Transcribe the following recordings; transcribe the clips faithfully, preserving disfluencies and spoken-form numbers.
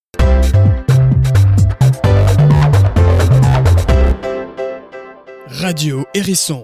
Radio Hérisson.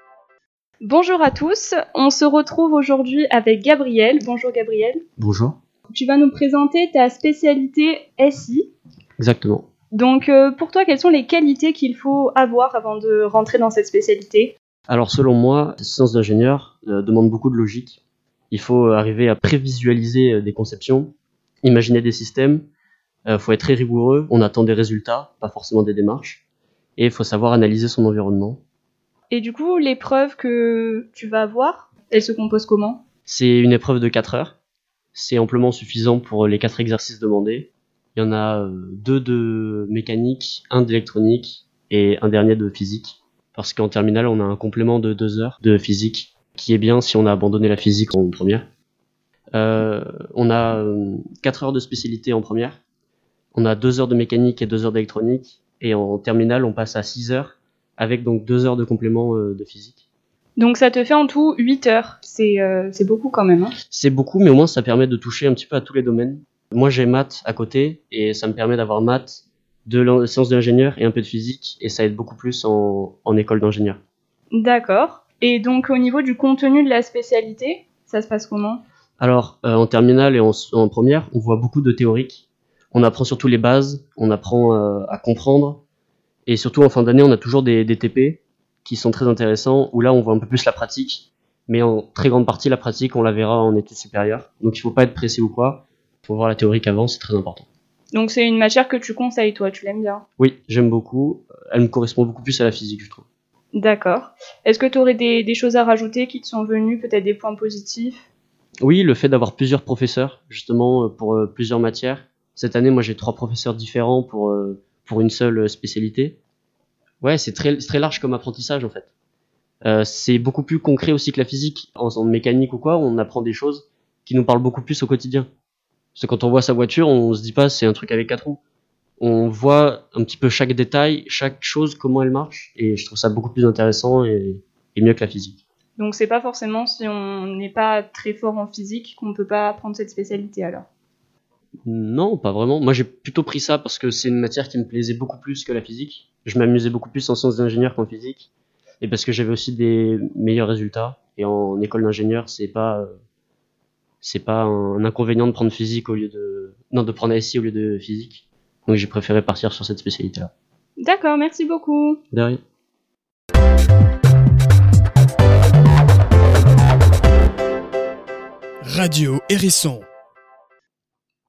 Bonjour à tous, on se retrouve aujourd'hui avec Gabriel. Bonjour Gabriel. Bonjour. Tu vas nous présenter ta spécialité S I. Exactement. Donc euh, pour toi, quelles sont les qualités qu'il faut avoir avant de rentrer dans cette spécialité ? Alors selon moi, la science d'ingénieur euh, demande beaucoup de logique. Il faut arriver à prévisualiser euh, des conceptions, imaginer des systèmes. Il euh, faut être très rigoureux, on attend des résultats, pas forcément des démarches. Et il faut savoir analyser son environnement. Et du coup, l'épreuve que tu vas avoir, elle se compose comment ? C'est une épreuve de quatre heures. C'est amplement suffisant pour les quatre exercices demandés. Il y en a euh, deux de mécanique, un d'électronique et un dernier de physique. Parce qu'en terminale, on a un complément de deux heures de physique, qui est bien si on a abandonné la physique en première. Euh, on a euh, quatre heures de spécialité en première. On a deux heures de mécanique et deux heures d'électronique. Et en terminale, on passe à six heures, avec donc deux heures de complément euh, de physique. Donc ça te fait en tout huit heures. C'est, euh, c'est beaucoup quand même. Hein. C'est beaucoup, mais au moins ça permet de toucher un petit peu à tous les domaines. Moi j'ai maths à côté, et ça me permet d'avoir maths, de la science de l'ingénieur et un peu de physique, et ça aide beaucoup plus en, en école d'ingénieur. D'accord. Et donc au niveau du contenu de la spécialité, ça se passe comment ? Alors euh, en terminale et en, en première, on voit beaucoup de théorique. On apprend surtout les bases, on apprend euh, à comprendre, et surtout en fin d'année, on a toujours des, des T P qui sont très intéressants, où là on voit un peu plus la pratique, mais en très grande partie la pratique on la verra en études supérieures. Donc il faut pas être pressé ou quoi, il faut voir la théorique avant, c'est très important. Donc c'est une matière que tu conseilles toi, tu l'aimes bien ? Oui, j'aime beaucoup, elle me correspond beaucoup plus à la physique je trouve. D'accord. Est-ce que tu aurais des, des choses à rajouter qui te sont venues, peut-être des points positifs ? Oui, le fait d'avoir plusieurs professeurs, justement pour euh, plusieurs matières. Cette année, moi j'ai trois professeurs différents pour, euh, pour une seule spécialité. Ouais, c'est très, c'est très large comme apprentissage en fait. Euh, c'est beaucoup plus concret aussi que la physique. En, en mécanique ou quoi, on apprend des choses qui nous parlent beaucoup plus au quotidien. Parce que quand on voit sa voiture, on se dit pas c'est un truc avec quatre roues. On voit un petit peu chaque détail, chaque chose, comment elle marche, et je trouve ça beaucoup plus intéressant et, et mieux que la physique. Donc c'est pas forcément si on n'est pas très fort en physique qu'on peut pas apprendre cette spécialité alors ? Non, pas vraiment. Moi j'ai plutôt pris ça parce que c'est une matière qui me plaisait beaucoup plus que la physique. Je m'amusais beaucoup plus en sciences d'ingénieur qu'en physique. Et parce que j'avais aussi des meilleurs résultats. Et en école d'ingénieur, c'est pas, euh, c'est pas un inconvénient de prendre physique au lieu de, non, de prendre S I au lieu de physique. Donc j'ai préféré partir sur cette spécialité-là. D'accord, merci beaucoup. De rien. Radio Hérisson.